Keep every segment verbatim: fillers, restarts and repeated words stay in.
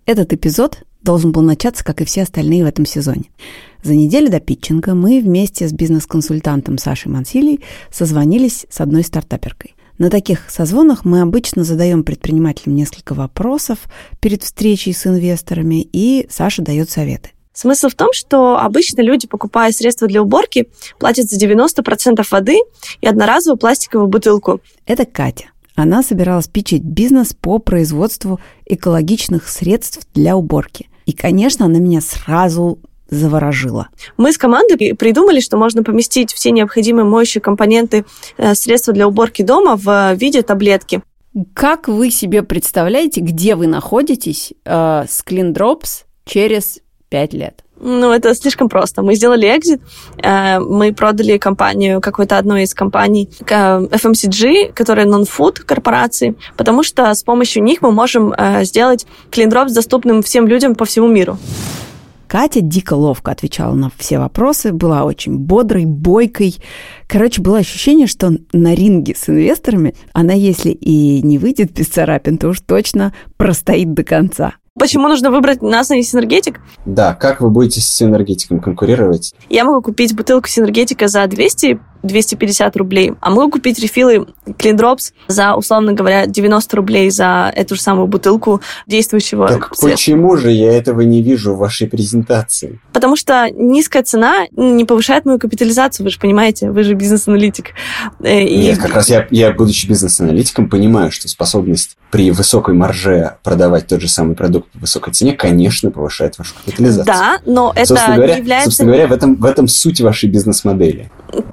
Этот эпизод должен был начаться, как и все остальные в этом сезоне. За неделю до питчинга мы вместе с бизнес-консультантом Сашей Мансилей созвонились с одной стартаперкой. На таких созвонах мы обычно задаем предпринимателям несколько вопросов перед встречей с инвесторами, и Саша дает советы. Смысл в том, что обычно люди, покупая средства для уборки, платят за девяносто процентов воды и одноразовую пластиковую бутылку. Это Катя. Она собиралась питчить бизнес по производству экологичных средств для уборки. И, конечно, она меня сразу заворожила. Мы с командой придумали, что можно поместить все необходимые моющие компоненты средства для уборки дома в виде таблетки. Как вы себе представляете, где вы находитесь э, с CleanDrops через пять лет? Ну, это слишком просто. Мы сделали экзит, мы продали компанию, какой-то одной из компаний эф эм си джи, которая non-food корпорации, потому что с помощью них мы можем сделать CleanDrops доступным всем людям по всему миру. Катя дико ловко отвечала на все вопросы, была очень бодрой, бойкой. Короче, было ощущение, что на ринге с инвесторами она, если и не выйдет без царапин, то уж точно простоит до конца. Почему нужно выбрать нас, а не Синергетик? Да, как вы будете с Синергетиком конкурировать? Я могу купить бутылку Синергетика за двести - двести пятьдесят рублей, а могу купить рефилы CleanDrops за, условно говоря, девяносто рублей за эту же самую бутылку действующего Так средства. Почему же я этого не вижу в вашей презентации? Потому что низкая цена не повышает мою капитализацию, вы же понимаете, вы же бизнес-аналитик. И... Нет, как раз я, я, будучи бизнес-аналитиком, понимаю, что способность при высокой марже продавать тот же самый продукт по высокой цене, конечно, повышает вашу капитализацию. Да, но это собственно говоря, не является... Собственно говоря, в этом, в этом суть вашей бизнес-модели.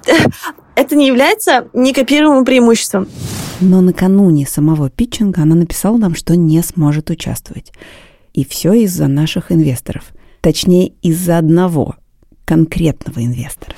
Это не является некопируемым преимуществом. Но накануне самого питчинга она написала нам, что не сможет участвовать. И все из-за наших инвесторов. Точнее, из-за одного конкретного инвестора.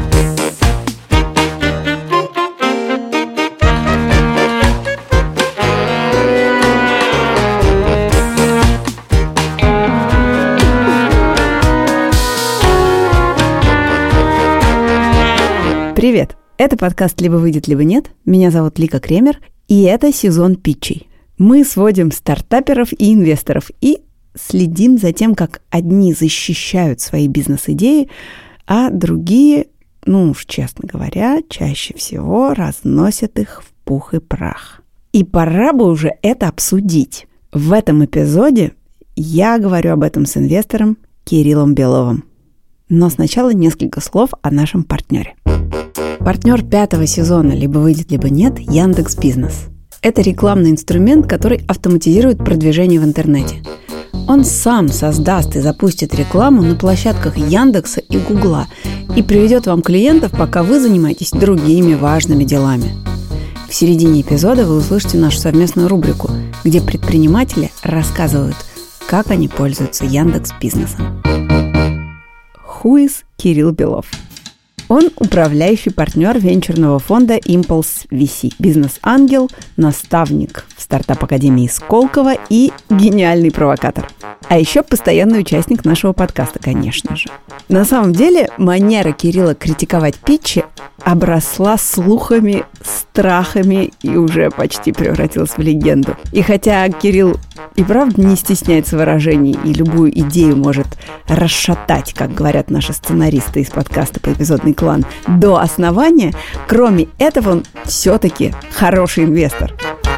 Привет! Это подкаст «Либо выйдет, либо нет». Меня зовут Лика Кремер, и это сезон питчей. Мы сводим стартаперов и инвесторов и следим за тем, как одни защищают свои бизнес-идеи, а другие, ну уж честно говоря, чаще всего разносят их в пух и прах. И пора бы уже это обсудить. В этом эпизоде я говорю об этом с инвестором Кириллом Беловым. Но сначала несколько слов о нашем партнере. Партнер пятого сезона «Либо выйдет, либо нет» – Яндекс.Бизнес. Это рекламный инструмент, который автоматизирует продвижение в интернете. Он сам создаст и запустит рекламу на площадках Яндекса и Гугла и приведет вам клиентов, пока вы занимаетесь другими важными делами. В середине эпизода вы услышите нашу совместную рубрику, где предприниматели рассказывают, как они пользуются Яндекс.Бизнесом. Who is Кирилл Белов? Он управляющий партнер венчурного фонда Impulse ви си, бизнес-ангел, наставник в стартап-академии Сколково и гениальный провокатор. А еще постоянный участник нашего подкаста, конечно же. На самом деле, манера Кирилла критиковать питчи обросла слухами, страхами и уже почти превратилась в легенду. И хотя Кирилл и правда не стесняется выражений и любую идею может расшатать, как говорят наши сценаристы из подкаста «Поэпизодный клан», до основания, кроме этого он все-таки хороший инвестор.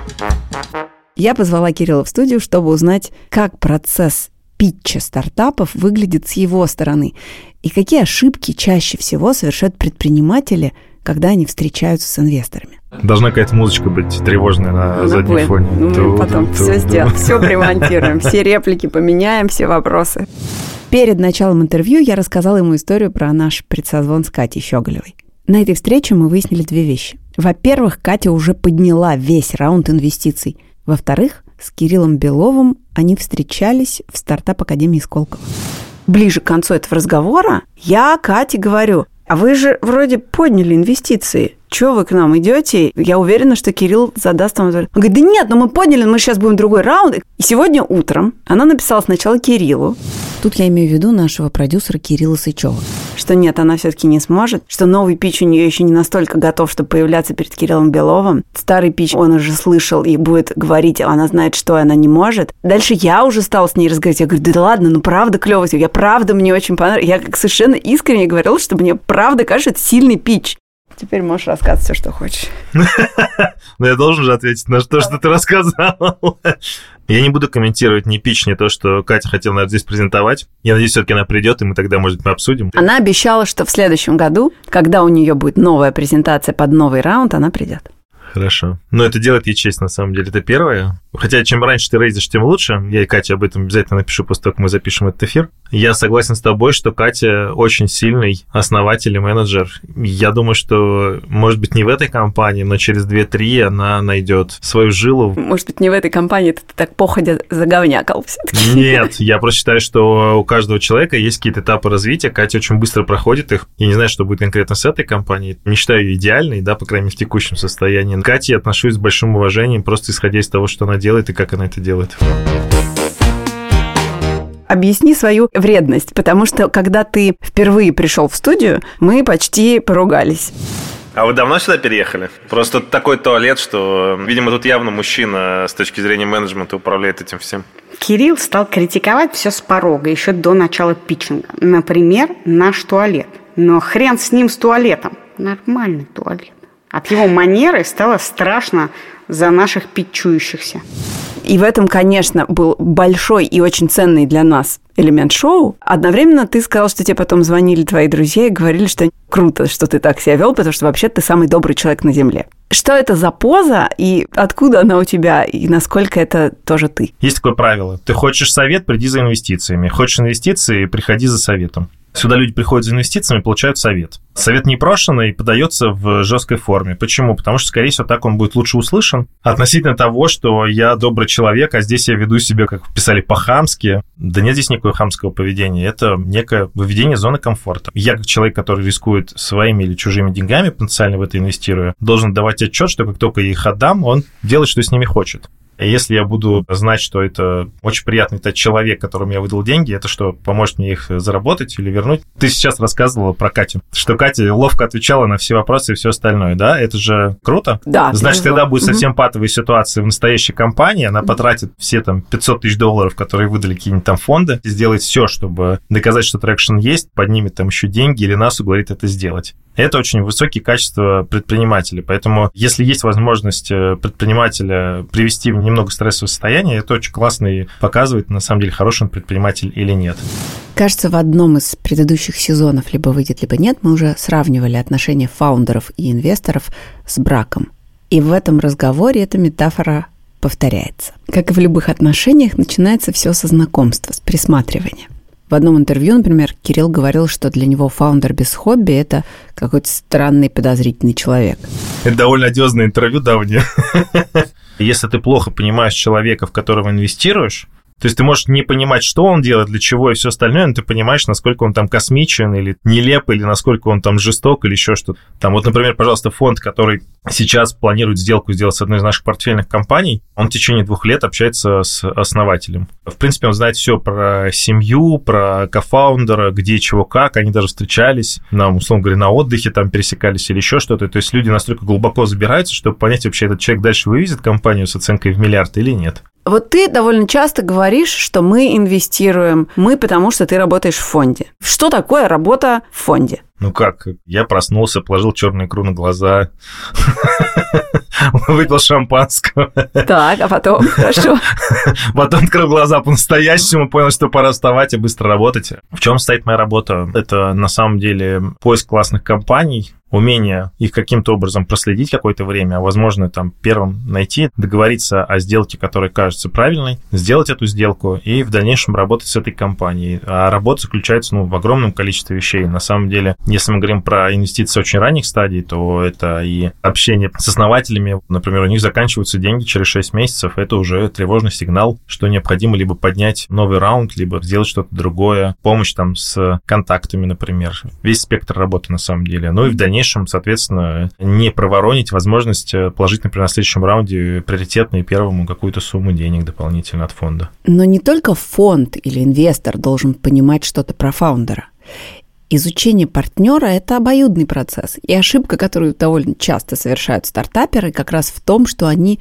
Я позвала Кирилла в студию, чтобы узнать, как процесс питча стартапов выглядит с его стороны и какие ошибки чаще всего совершают предприниматели, когда они встречаются с инвесторами. Должна какая-то музычка быть тревожная на ну, заднем будет. фоне. Ну, мы потом ту, все ту, сделаем, ту. все примонтируем, все реплики поменяем, все вопросы. Перед началом интервью я рассказала ему историю про наш предсозвон с Катей Щеголевой. На этой встрече мы выяснили две вещи. Во-первых, Катя уже подняла весь раунд инвестиций. Во-вторых, с Кириллом Беловым они встречались в стартап-академии Сколково. Ближе к концу этого разговора я Кате говорю: а вы же вроде подняли инвестиции. Чего вы к нам идете? Я уверена, что Кирилл задаст вам... Он говорит: да нет, ну мы подняли, мы сейчас будем другой раунд. И сегодня утром она написала сначала Кириллу, Тут я имею в виду нашего продюсера Кирилла Сычева. Что нет, она все-таки не сможет, что новый питч у нее еще не настолько готов, чтобы появляться перед Кириллом Беловым. Старый питч он уже слышал и будет говорить, она знает, что она не может. Дальше я уже стала с ней разговаривать. Я говорю, да ладно, ну правда клево, я правда мне очень понравилось. Я как совершенно искренне говорила, что мне правда кажется, это сильный питч. Теперь можешь рассказывать все, что хочешь. Но я должен же ответить на то, что ты рассказала. Я не буду комментировать ни питч, ни то, что Катя хотела, наверное, здесь презентовать. Я надеюсь, все-таки она придет, и мы тогда, может быть, мы обсудим. Она обещала, что в следующем году, когда у нее будет новая презентация под новый раунд, она придет. Хорошо. Но это делает ей честь, на самом деле. Это первое. Хотя, чем раньше ты рейзишь, тем лучше. Я и Кате об этом обязательно напишу после того, как мы запишем этот эфир. Я согласен с тобой, что Катя очень сильный основатель и менеджер. Я думаю, что, может быть, не в этой компании, но через две-три она найдет свою жилу. Может быть, не в этой компании, ты так походя заговнякал все-таки. Нет, я просто считаю, что у каждого человека есть какие-то этапы развития. Катя очень быстро проходит их. Я не знаю, что будет конкретно с этой компанией. Не считаю ее идеальной, да, по крайней мере, в текущем состоянии. К Кате я отношусь с большим уважением, просто исходя из того, что она делает и как она это делает. Объясни свою вредность, потому что, когда ты впервые пришел в студию, мы почти поругались. А вы давно сюда переехали? Просто такой туалет, что, видимо, тут явно мужчина с точки зрения менеджмента управляет этим всем. Кирилл стал критиковать все с порога, еще до начала питчинга. Например, наш туалет. Но хрен с ним, с туалетом. Нормальный туалет. От его манеры стало страшно за наших питчующихся. И в этом, конечно, был большой и очень ценный для нас элемент шоу. Одновременно ты сказал, что тебе потом звонили твои друзья и говорили, что круто, что ты так себя вел, потому что вообще ты самый добрый человек на земле. Что это за поза и откуда она у тебя, и насколько это тоже ты? Есть такое правило. Ты хочешь совет, приди за инвестициями. Хочешь инвестиции, приходи за советом. Сюда люди приходят за инвестициями и получают совет. Совет непрошенный подается в жесткой форме. Почему? Потому что, скорее всего, так он будет лучше услышан. Относительно того, что я добрый человек, а здесь я веду себя, как писали, по-хамски. Да нет здесь никакого хамского поведения. Это некое выведение зоны комфорта. Я, как человек, который рискует своими или чужими деньгами, потенциально в это инвестируя, должен давать отчет, что как только я их отдам, он делает, что с ними хочет. И если я буду знать, что это очень приятный тот человек, которому я выдал деньги, это что, поможет мне их заработать или вернуть? Ты сейчас рассказывала про Катю, что Катя ловко отвечала на все вопросы и все остальное, да? Это же круто. Да. Значит, когда будет совсем патовая ситуация в настоящей компании, она потратит все там пятьсот тысяч долларов, которые выдали какие-нибудь там фонды, и сделает все, чтобы доказать, что трекшн есть, поднимет там еще деньги или нас уговорит это сделать. Это очень высокие качества предпринимателя. Поэтому, если есть возможность предпринимателя привести в немного стрессовое состояние, это очень классно и показывает, на самом деле, хороший он предприниматель или нет. Кажется, в одном из предыдущих сезонов «Либо выйдет, либо нет» мы уже сравнивали отношения фаундеров и инвесторов с браком. И в этом разговоре эта метафора повторяется. Как и в любых отношениях, начинается все со знакомства, с присматривания. В одном интервью, например, Кирилл говорил, что для него фаундер без хобби – это какой-то странный, подозрительный человек. Это довольно одиозное интервью давнее. Если ты плохо понимаешь человека, в которого инвестируешь, то есть ты можешь не понимать, что он делает, для чего и все остальное, но ты понимаешь, насколько он там космичен или нелеп, или насколько он там жесток, или еще что-то. Там вот, например, пожалуйста, фонд, который сейчас планирует сделку сделать с одной из наших портфельных компаний, он в течение двух лет общается с основателем. В принципе, он знает все про семью, про кофаундера, где, чего, как. Они даже встречались, на, условно говоря, на отдыхе там пересекались или еще что-то. То есть люди настолько глубоко забираются, чтобы понять, вообще этот человек дальше вывезет компанию с оценкой в миллиард или нет. Вот ты довольно часто говоришь, что мы инвестируем, мы, потому что ты работаешь в фонде. Что такое работа в фонде? Ну как, я проснулся, положил черную икру на глаза, выпил шампанского. Так, а потом, хорошо. Потом открыл глаза по-настоящему, понял, что пора вставать и быстро работать. В чем стоит моя работа? Это на самом деле поиск классных компаний, умение их каким-то образом проследить какое-то время, а возможно, там, первым найти, договориться о сделке, которая кажется правильной, сделать эту сделку и в дальнейшем работать с этой компанией. А работа заключается, ну, в огромном количестве вещей. На самом деле, если мы говорим про инвестиции очень ранних стадий, то это и общение с основателями. Например, у них заканчиваются деньги через шесть месяцев. Это уже тревожный сигнал, что необходимо либо поднять новый раунд, либо сделать что-то другое. Помощь там с контактами, например. Весь спектр работы на самом деле. Ну и в дальнейшем дальнейшем, соответственно, не проворонить возможность положить, например, на следующем раунде приоритетно и первому какую-то сумму денег дополнительно от фонда. Но не только фонд или инвестор должен понимать что-то про фаундера. Изучение партнера – это обоюдный процесс. И ошибка, которую довольно часто совершают стартаперы, как раз в том, что они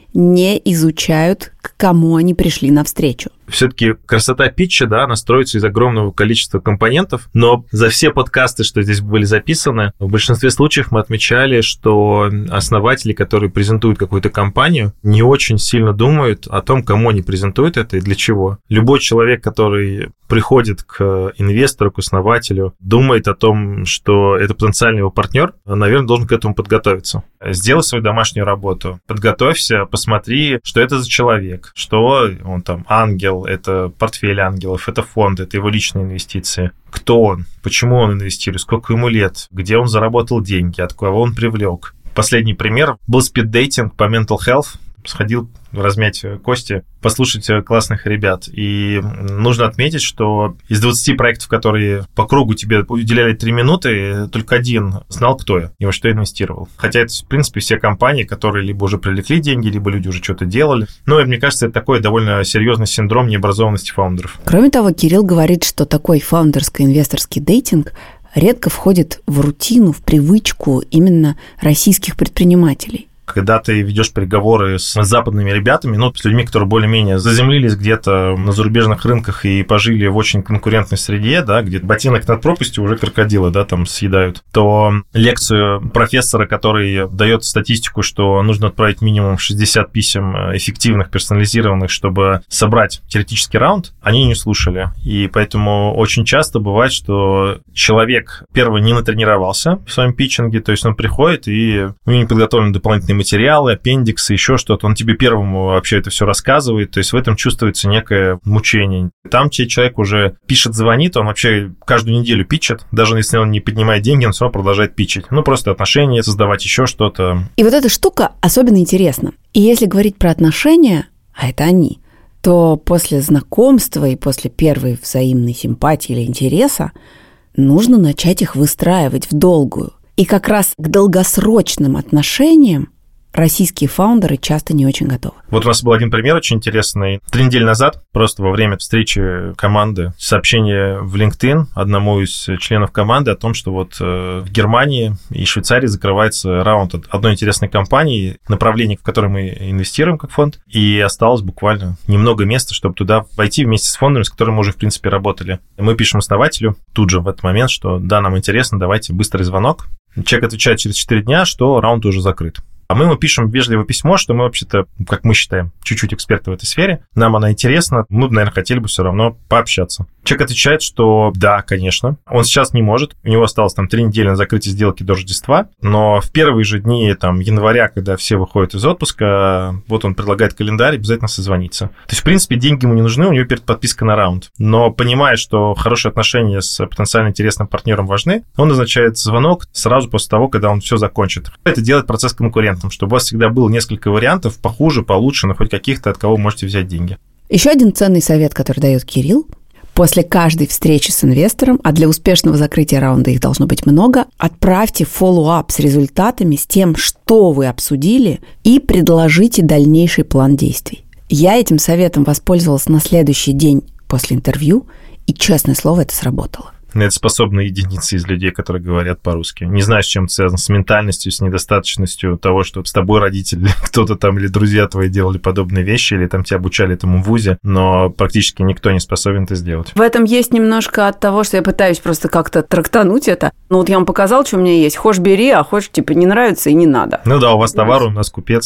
не изучают, к кому они пришли навстречу. Все-таки красота питча, да, она строится из огромного количества компонентов, но за все подкасты, что здесь были записаны, в большинстве случаев мы отмечали, что основатели, которые презентуют какую-то компанию, не очень сильно думают о том, кому они презентуют это и для чего. Любой человек, который приходит к инвестору, к основателю, думает о том, что это потенциальный его партнер, наверное, должен к этому подготовиться. Сделай свою домашнюю работу, подготовься, посмотри, что это за человек, что он там ангел, это портфель ангелов, это фонд, это его личные инвестиции. Кто он? Почему он инвестирует? Сколько ему лет? Где он заработал деньги? От кого он привлек? Последний пример был спиддейтинг по mental health. Сходил размять кости, послушать классных ребят. И нужно отметить, что из двадцати проектов, которые по кругу тебе уделяли три минуты, только один знал, кто я и во что я инвестировал. Хотя это, в принципе, все компании, которые либо уже привлекли деньги, либо люди уже что-то делали. Ну, и мне кажется, это такой довольно серьезный синдром необразованности фаундеров. Кроме того, Кирилл говорит, что такой фаундерско-инвесторский дейтинг редко входит в рутину, в привычку именно российских предпринимателей. Когда ты ведешь переговоры с западными ребятами, ну, с людьми, которые более-менее заземлились где-то на зарубежных рынках и пожили в очень конкурентной среде, да, где ботинок над пропастью уже крокодилы, да, там съедают, то лекцию профессора, который дает статистику, что нужно отправить минимум шестьдесят писем эффективных, персонализированных, чтобы собрать теоретический раунд, они не слушали. И поэтому очень часто бывает, что человек, первый, не натренировался в своем питчинге, то есть он приходит, и у него не подготовлены дополнительные материалы, аппендиксы, еще что-то. Он тебе первому вообще это все рассказывает, то есть в этом чувствуется некое мучение. Там тебе человек уже пишет, звонит, он вообще каждую неделю питчит, даже если он не поднимает деньги, он все равно продолжает питчить. Ну, просто отношения создавать, еще что-то. И вот эта штука особенно интересна. И если говорить про отношения, а это они, то после знакомства и после первой взаимной симпатии или интереса нужно начать их выстраивать в долгую. И как раз к долгосрочным отношениям российские фаундеры часто не очень готовы. Вот у нас был один пример очень интересный. Три недели назад, просто во время встречи команды, сообщение в LinkedIn одному из членов команды о том, что вот в Германии и Швейцарии закрывается раунд от одной интересной компании, направление, в которое мы инвестируем как фонд, и осталось буквально немного места, чтобы туда войти вместе с фондами, с которыми мы уже, в принципе, работали. Мы пишем основателю тут же в этот момент, что да, нам интересно, давайте быстрый звонок. Человек отвечает через четыре дня, что раунд уже закрыт. А мы ему пишем вежливое письмо, что мы вообще-то, как мы считаем, чуть-чуть эксперты в этой сфере. Нам она интересна, мы, наверное, хотели бы все равно пообщаться. Человек отвечает, что да, конечно. Он сейчас не может. У него осталось там три недели на закрытие сделки до Рождества. Но в первые же дни там, января, когда все выходят из отпуска, вот он предлагает календарь, обязательно созвониться. То есть, в принципе, деньги ему не нужны, у него перед подписка на раунд. Но понимая, что хорошие отношения с потенциально интересным партнером важны, он назначает звонок сразу после того, когда он все закончит. Это делает процесс конкурентным, чтобы у вас всегда было несколько вариантов, похуже, получше, но хоть каких-то, от кого вы можете взять деньги. Еще один ценный совет, который дает Кирилл. После каждой встречи с инвестором, а для успешного закрытия раунда их должно быть много, отправьте фоллоуап с результатами, с тем, что вы обсудили, и предложите дальнейший план действий. Я этим советом воспользовалась на следующий день после интервью, и, честное слово, это сработало. Это способны единицы из людей, которые говорят по-русски. Не знаю, с чем это связано, с ментальностью, с недостаточностью того, что с тобой родители, кто-то там или друзья твои делали подобные вещи, или там тебя обучали этому в вузе, но практически никто не способен это сделать. В этом есть немножко от того, что я пытаюсь просто как-то трактануть это. Ну вот я вам показал, что у меня есть. Хочешь бери, а хочешь, типа, не нравится и не надо. Ну да, у вас товар, у нас купец.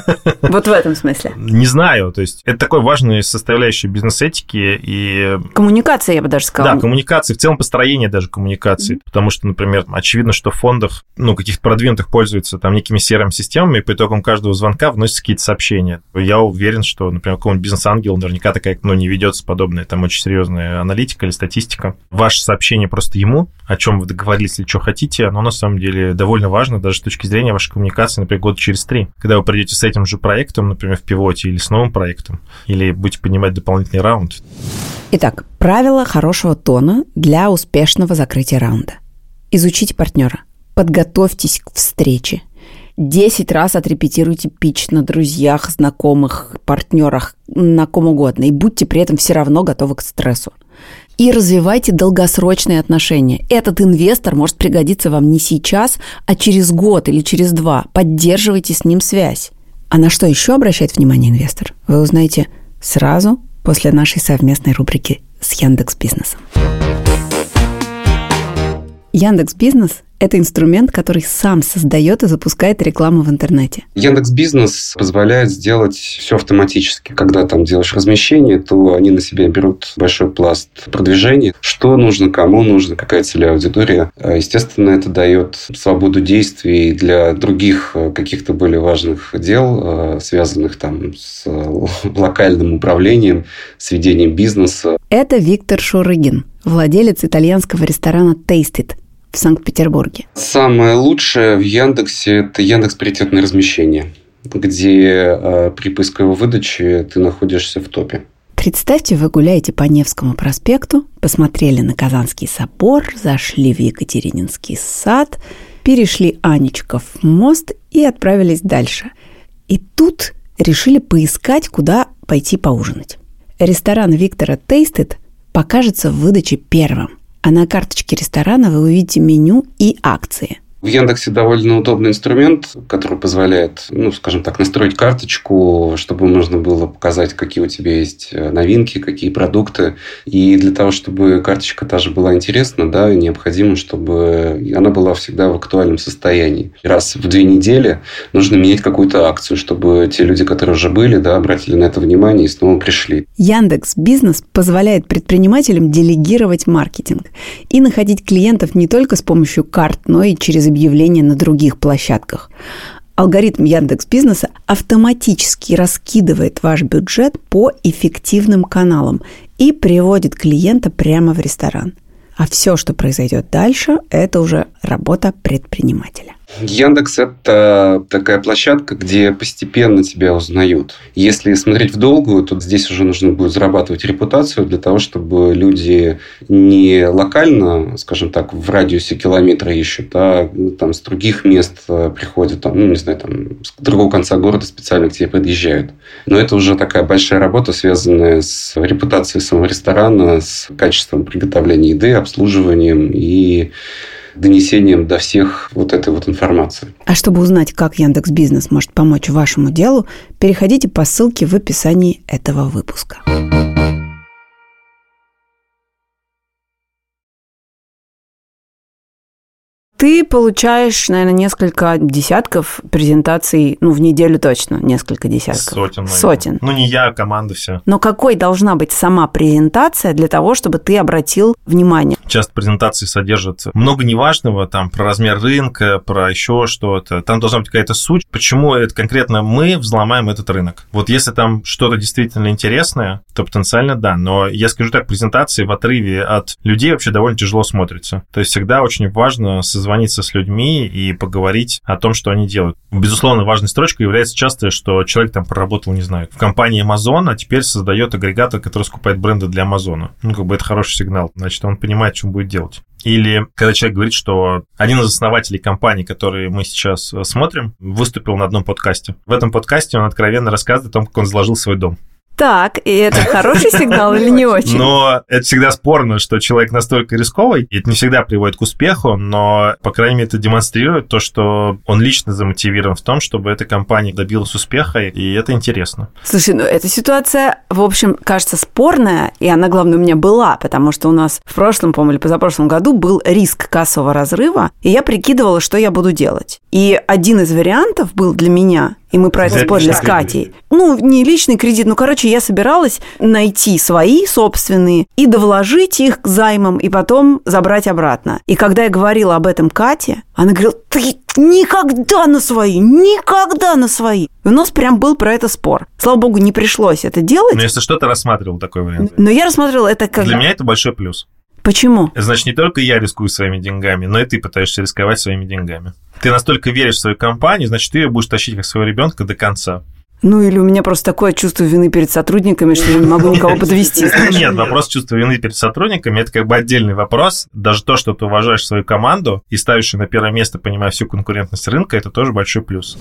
Вот в этом смысле. Не знаю, то есть это такой важный составляющий бизнес-этики и... Коммуникация, я бы даже сказала. Да, коммуникации, в целом построение даже коммуникации, mm-hmm. потому что, например, очевидно, что в фондах, ну, каких-то продвинутых пользуются там некими серыми системами, и по итогам каждого звонка вносятся какие-то сообщения. Я уверен, что, например, какой-нибудь бизнес-ангел наверняка такая, ну, не ведется подобная, там очень серьезная аналитика или статистика. Ваше сообщение просто ему, о чем вы договорились или что хотите, оно на самом деле довольно важно даже с точки зрения вашей коммуникации, например, года через три. Когда вы придете с этим же проектом, например, в пивоте или с новым проектом, или будете поднимать дополнительный раунд. Итак, правила хорошего тона для успешного закрытия раунда. Изучите партнера. Подготовьтесь к встрече. Десять раз отрепетируйте питч на друзьях, знакомых, партнерах, на ком угодно. И будьте при этом все равно готовы к стрессу. И развивайте долгосрочные отношения. Этот инвестор может пригодиться вам не сейчас, а через год или через два. Поддерживайте с ним связь. А на что еще обращает внимание инвестор, вы узнаете сразу после нашей совместной рубрики с Яндекс.Бизнесом. Яндекс.Бизнес – это инструмент, который сам создает и запускает рекламу в интернете. Яндекс.Бизнес позволяет сделать все автоматически. Когда там делаешь размещение, то они на себя берут большой пласт продвижения. Что нужно, кому нужно, какая целевая аудитория. Естественно, это дает свободу действий для других каких-то более важных дел, связанных там с локальным управлением, с ведением бизнеса. Это Виктор Шурыгин, владелец итальянского ресторана Taste It в Санкт-Петербурге. Самое лучшее в Яндексе – это Яндекс.Приоритетное размещение, где э, при поисковой выдаче ты находишься в топе. Представьте, вы гуляете по Невскому проспекту, посмотрели на Казанский собор, зашли в Екатерининский сад, перешли Анечков мост и отправились дальше. И тут решили поискать, куда пойти поужинать. Ресторан Виктора Taste It покажется в выдаче первым. А на карточке ресторана вы увидите меню и акции. В Яндексе довольно удобный инструмент, который позволяет, ну, скажем так, настроить карточку, чтобы можно было показать, какие у тебя есть новинки, какие продукты. И для того, чтобы карточка даже была интересна, да, необходимо, чтобы она была всегда в актуальном состоянии. Раз в две недели нужно менять какую-то акцию, чтобы те люди, которые уже были, да, обратили на это внимание и снова пришли. Яндекс.Бизнес позволяет предпринимателям делегировать маркетинг и находить клиентов не только с помощью карт, но и через объявления на других площадках. Алгоритм Яндекс.Бизнеса автоматически раскидывает ваш бюджет по эффективным каналам и приводит клиента прямо в ресторан. А все, что произойдет дальше, это уже работа предпринимателя. Яндекс – это такая площадка, где постепенно тебя узнают. Если смотреть в долгую, то здесь уже нужно будет зарабатывать репутацию для того, чтобы люди не локально, скажем так, в радиусе километра ищут, а там с других мест приходят, там, ну, не знаю, там, с другого конца города специально к тебе подъезжают. Но это уже такая большая работа, связанная с репутацией самого ресторана, с качеством приготовления еды, обслуживанием и донесением до всех вот этой вот информации. А чтобы узнать, как Яндекс.Бизнес может помочь вашему делу, переходите по ссылке в описании этого выпуска. Ты получаешь, наверное, несколько десятков презентаций, ну, в неделю точно, несколько десятков. Сотен, наверное. Сотен. Ну, не я, а команда вся. Но какой должна быть сама презентация для того, чтобы ты обратил внимание? Часто презентации содержат много неважного, там, про размер рынка, про еще что-то. Там должна быть какая-то суть. Почему это конкретно мы взломаем этот рынок? Вот если там что-то действительно интересное, то потенциально да. Но я скажу так, презентации в отрыве от людей вообще довольно тяжело смотрятся. То есть всегда очень важно созвониться с людьми и поговорить о том, что они делают. Безусловно, важной строчкой является часто, что человек там проработал, не знаю, в компании Amazon, а теперь создает агрегатор, который скупает бренды для Амазона. Ну, как бы это хороший сигнал. Значит, он понимает, что он будет делать. Или когда человек говорит, что один из основателей компании, которые мы сейчас смотрим, выступил на одном подкасте. В этом подкасте он откровенно рассказывает о том, как он заложил свой дом. Так, и это хороший сигнал или не очень? Но это всегда спорно, что человек настолько рисковый, и это не всегда приводит к успеху, но, по крайней мере, это демонстрирует то, что он лично замотивирован в том, чтобы эта компания добилась успеха, и это интересно. Слушай, ну эта ситуация, в общем, кажется спорная, и она, главное, у меня была, потому что у нас в прошлом, по-моему, или позапрошлом году был риск кассового разрыва, и я прикидывала, что я буду делать. И один из вариантов был для меня, и мы про это спорили с Катей. Ну, не личный кредит, ну, короче, я собиралась найти свои собственные и довложить их к займам, и потом забрать обратно. И когда я говорила об этом Кате, она говорила: ты никогда на свои, никогда на свои. И у нас прям был про это спор. Слава богу, не пришлось это делать. Но если что, ты рассматривал такой вариант. Но я рассматривала это как... Для меня это большой плюс. Почему? Значит, не только я рискую своими деньгами, но и ты пытаешься рисковать своими деньгами. Ты настолько веришь в свою компанию, значит, ты ее будешь тащить как своего ребенка до конца. Ну, или у меня просто такое чувство вины перед сотрудниками, что я не могу никого подвести. Нет, вопрос чувства вины перед сотрудниками – это как бы отдельный вопрос. Даже то, что ты уважаешь свою команду и ставишь ее на первое место, понимая всю конкурентность рынка, это тоже большой плюс.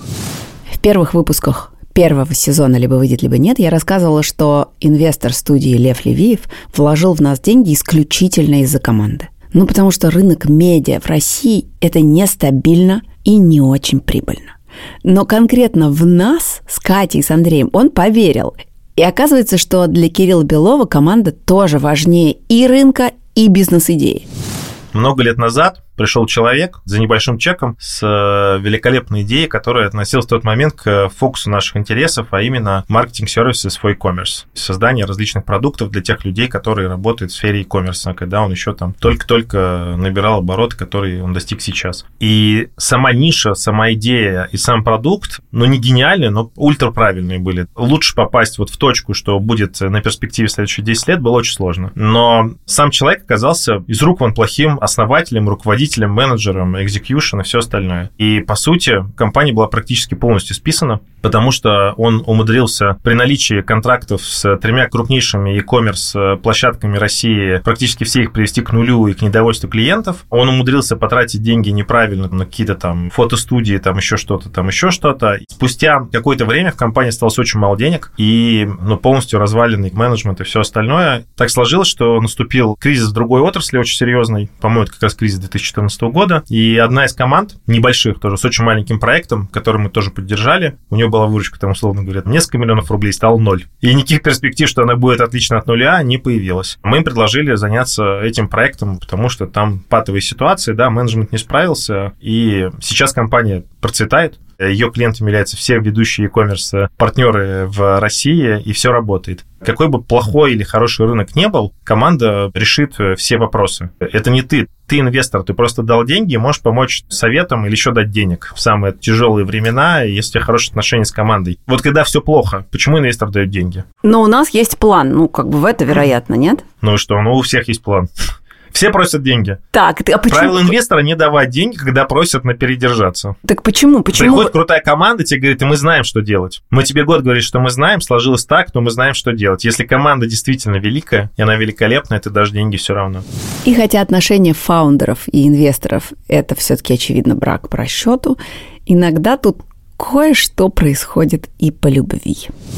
В первых выпусках первого сезона «Либо выйдет, либо нет» я рассказывала, что инвестор студии Лев Левиев вложил в нас деньги исключительно из-за команды. Ну, потому что рынок медиа в России – это нестабильно и не очень прибыльно. Но конкретно в нас с Катей и с Андреем он поверил. И оказывается, что для Кирилла Белова команда тоже важнее и рынка, и бизнес-идеи. Много лет назад пришел человек за небольшим чеком с великолепной идеей, которая относилась в тот момент к фокусу наших интересов, а именно маркетинг-сервисы for e-commerce, создание различных продуктов для тех людей, которые работают в сфере e-commerce, когда он еще там только-только набирал обороты, которые он достиг сейчас. И сама ниша, сама идея и сам продукт, ну, не гениальные, но ультраправильные были. Лучше попасть вот в точку, что будет на перспективе следующие десять лет, было очень сложно. Но сам человек оказался из рук вон плохим основателем, руководителем, менеджером, экзекьюшн и все остальное. И, по сути, компания была практически полностью списана, потому что он умудрился при наличии контрактов с тремя крупнейшими e-commerce площадками России практически все их привести к нулю и к недовольству клиентов. Он умудрился потратить деньги неправильно на какие-то там фотостудии, там еще что-то, там еще что-то. Спустя какое-то время в компании осталось очень мало денег и ну, полностью разваленный менеджмент и все остальное. Так сложилось, что наступил кризис в другой отрасли очень серьезный. По-моему, это как раз кризис две тысячи четырнадцатого года. И одна из команд, небольших тоже, с очень маленьким проектом, который мы тоже поддержали, у нее была выручка, там, условно говоря, несколько миллионов рублей, стал ноль. И никаких перспектив, что она будет отлично от нуля, не появилось. Мы им предложили заняться этим проектом, потому что там патовые ситуации, да, менеджмент не справился, и сейчас компания процветает. Ее клиентами являются все ведущие e-commerce партнеры в России, и все работает. Какой бы плохой или хороший рынок не был, команда решит все вопросы. Это не ты. Ты инвестор, ты просто дал деньги, можешь помочь советом или еще дать денег в самые тяжелые времена, если у тебя хорошие отношения с командой. Вот когда все плохо, почему инвестор дает деньги? Но у нас есть план, ну, как бы в это вероятно, нет? Ну и что? Ну, у всех есть план. Все просят деньги. Так, а почему? Правило инвестора – не давать деньги, когда просят на передержаться. Так почему? Почему? Приходит крутая команда, тебе говорит, и мы знаем, что делать. Мы тебе год говорим, что мы знаем, сложилось так, но мы знаем, что делать. Если команда действительно великая, и она великолепная, ты дашь деньги все равно. И хотя отношения фаундеров и инвесторов – это все-таки, очевидно, брак по расчету, иногда тут кое-что происходит и по любви.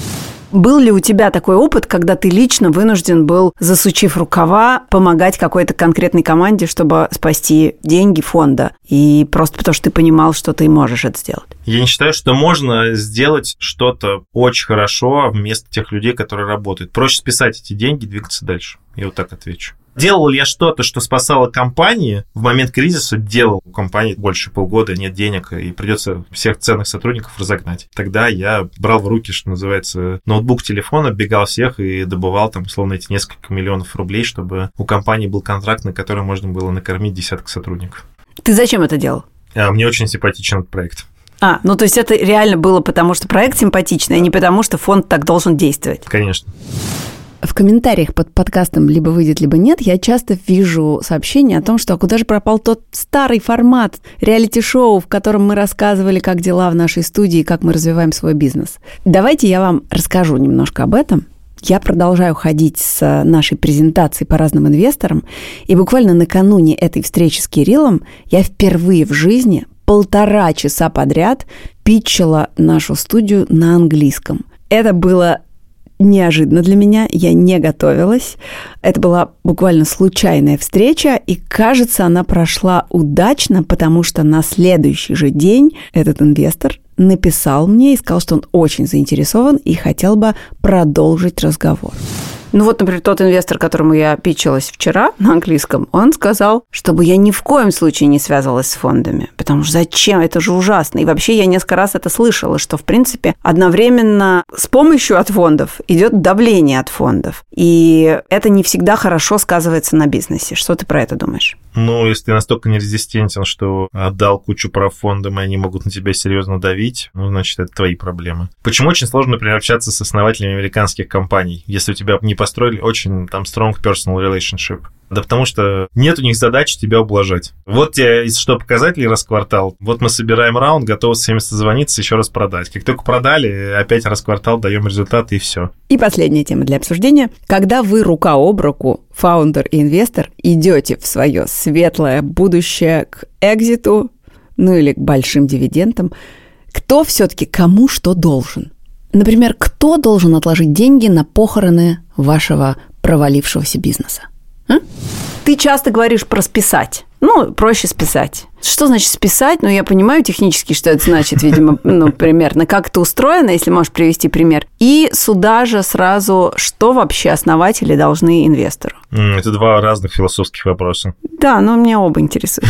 Был ли у тебя такой опыт, когда ты лично вынужден был, засучив рукава, помогать какой-то конкретной команде, чтобы спасти деньги фонда? И просто потому, что ты понимал, что ты можешь это сделать? Я не считаю, что можно сделать что-то очень хорошо вместо тех людей, которые работают. Проще списать эти деньги и двигаться дальше. Я вот так отвечу. Делал ли я что-то, что спасало компании? В момент кризиса делал. У компании больше полгода нет денег, и придется всех ценных сотрудников разогнать. Тогда я брал в руки, что называется, ноутбук, телефон, оббегал всех и добывал там, условно, эти несколько миллионов рублей, чтобы у компании был контракт, на который можно было накормить десяток сотрудников. Ты зачем это делал? А, мне очень симпатичен этот проект. А, ну то есть это реально было потому, что проект симпатичный, а не потому, что фонд так должен действовать? Конечно. В комментариях под подкастом «Либо выйдет, либо нет» я часто вижу сообщения о том, что а куда же пропал тот старый формат реалити-шоу, в котором мы рассказывали, как дела в нашей студии, как мы развиваем свой бизнес. Давайте я вам расскажу немножко об этом. Я продолжаю ходить с нашей презентацией по разным инвесторам, и буквально накануне этой встречи с Кириллом я впервые в жизни полтора часа подряд питчила нашу студию на английском. Это было неожиданно для меня, я не готовилась. Это была буквально случайная встреча, и, кажется, она прошла удачно, потому что на следующий же день этот инвестор написал мне и сказал, что он очень заинтересован и хотел бы продолжить разговор. Ну вот, например, тот инвестор, которому я питчилась вчера на английском, он сказал, чтобы я ни в коем случае не связывалась с фондами, потому что зачем, это же ужасно. И вообще я несколько раз это слышала, что, в принципе, одновременно с помощью от фондов идет давление от фондов. И это не всегда хорошо сказывается на бизнесе. Что ты про это думаешь? Ну, если ты настолько нерезистентен, что отдал кучу прав фондам, и они могут на тебя серьезно давить, ну, значит, это твои проблемы. Почему очень сложно, например, общаться с основателями американских компаний? Если у тебя не построили очень там strong personal relationship. Да потому что нет у них задачи тебя ублажать. Вот тебе, если что, показатели раз в квартал, вот мы собираем раунд, готовы с всеми созвониться, еще раз продать. Как только продали, опять раз в квартал даем результаты, и все. И последняя тема для обсуждения. Когда вы рука об руку, фаундер и инвестор, идете в свое светлое будущее к экзиту, ну или к большим дивидендам, кто все-таки кому что должен? Например, кто должен отложить деньги на похороны вашего провалившегося бизнеса? А? Ты часто говоришь про списать. Ну, проще списать. Что значит списать? Ну, я понимаю технически, что это значит, видимо, ну, примерно, как это устроено, если можешь привести пример. И сюда же сразу, что вообще основатели должны инвестору? Это два разных философских вопроса. Да, но меня оба интересуют.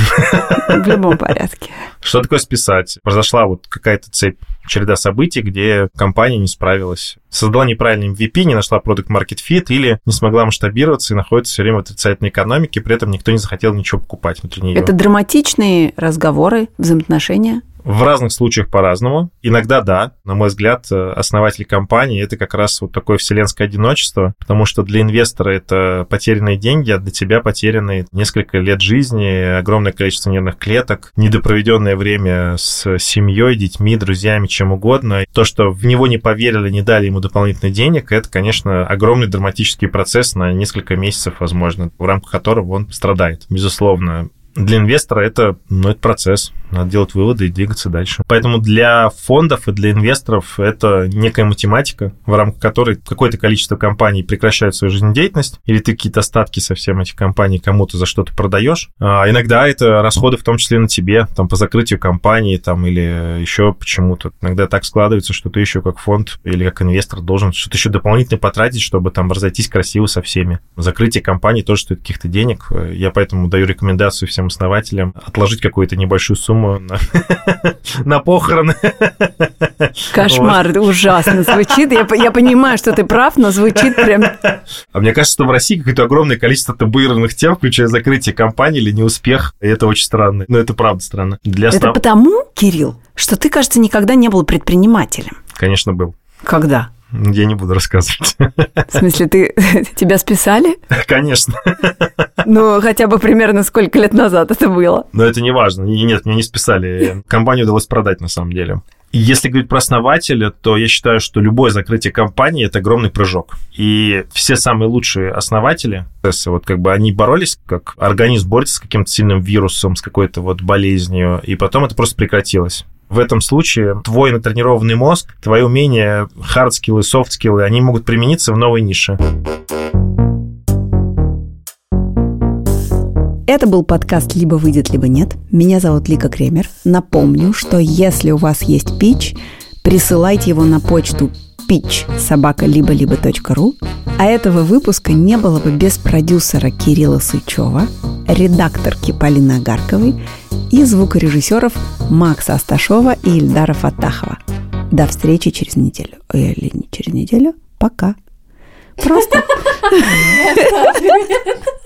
В любом порядке. Что такое списать? Произошла вот какая-то цепь, череда событий, где компания не справилась. Создала неправильный эм ви пи, не нашла продукт market fit или не смогла масштабироваться и находится все время в отрицательной экономике, при этом никто не захотел ничего покупать внутри нее. Это драматичные разговоры, взаимоотношения? В разных случаях по-разному. Иногда да. На мой взгляд, основатель компании – это как раз вот такое вселенское одиночество, потому что для инвестора это потерянные деньги, а для тебя потерянные несколько лет жизни, огромное количество нервных клеток, недопроведенное время с семьей, детьми, друзьями, чем угодно. То, что в него не поверили, не дали ему дополнительных денег, это, конечно, огромный драматический процесс на несколько месяцев, возможно, в рамках которого он страдает, безусловно. Для инвестора это, ну, это процесс. Надо делать выводы и двигаться дальше. Поэтому для фондов и для инвесторов это некая математика, в рамках которой какое-то количество компаний прекращают свою жизнедеятельность, или ты какие-то остатки совсем этих компаний кому-то за что-то продаешь. А иногда это расходы в том числе на тебе, там, по закрытию компании, там, или еще почему-то. Иногда так складывается, что ты еще как фонд или как инвестор должен что-то еще дополнительно потратить, чтобы там разойтись красиво со всеми. Закрытие компании тоже стоит каких-то денег. Я поэтому даю рекомендацию всем основателям отложить какую-то небольшую сумму на, на похороны. Кошмар, вот. Ужасно звучит. Я, я понимаю, что ты прав, но звучит прям... А мне кажется, что в России какое-то огромное количество табуированных тем, включая закрытие компании или неуспех. И это очень странно. Но это правда странно. Для это основ... потому, Кирилл, что ты, кажется, никогда не был предпринимателем. Конечно, был. Когда? Я не буду рассказывать. В смысле, ты, тебя списали? Конечно. Ну, хотя бы примерно сколько лет назад это было? Но это не важно. Нет, меня не списали. Компанию удалось продать, на самом деле. Если говорить про основателя, то я считаю, что любое закрытие компании – это огромный прыжок. И все самые лучшие основатели, вот как бы они боролись, как организм борется с каким-то сильным вирусом, с какой-то вот болезнью, и потом это просто прекратилось. В этом случае твой натренированный мозг, твои умения, хардскиллы, софтскиллы, они могут примениться в новой нише. Это был подкаст «Либо выйдет, либо нет». Меня зовут Лика Кремер. Напомню, что если у вас есть питч, присылайте его на почту питч собака либо либо точка ру. А этого выпуска не было бы без продюсера Кирилла Сычева, редакторки Полины Агарковой и звукорежиссеров Макса Асташова и Ильдара Фаттахова. До встречи через неделю. Или не через неделю. Пока. Просто.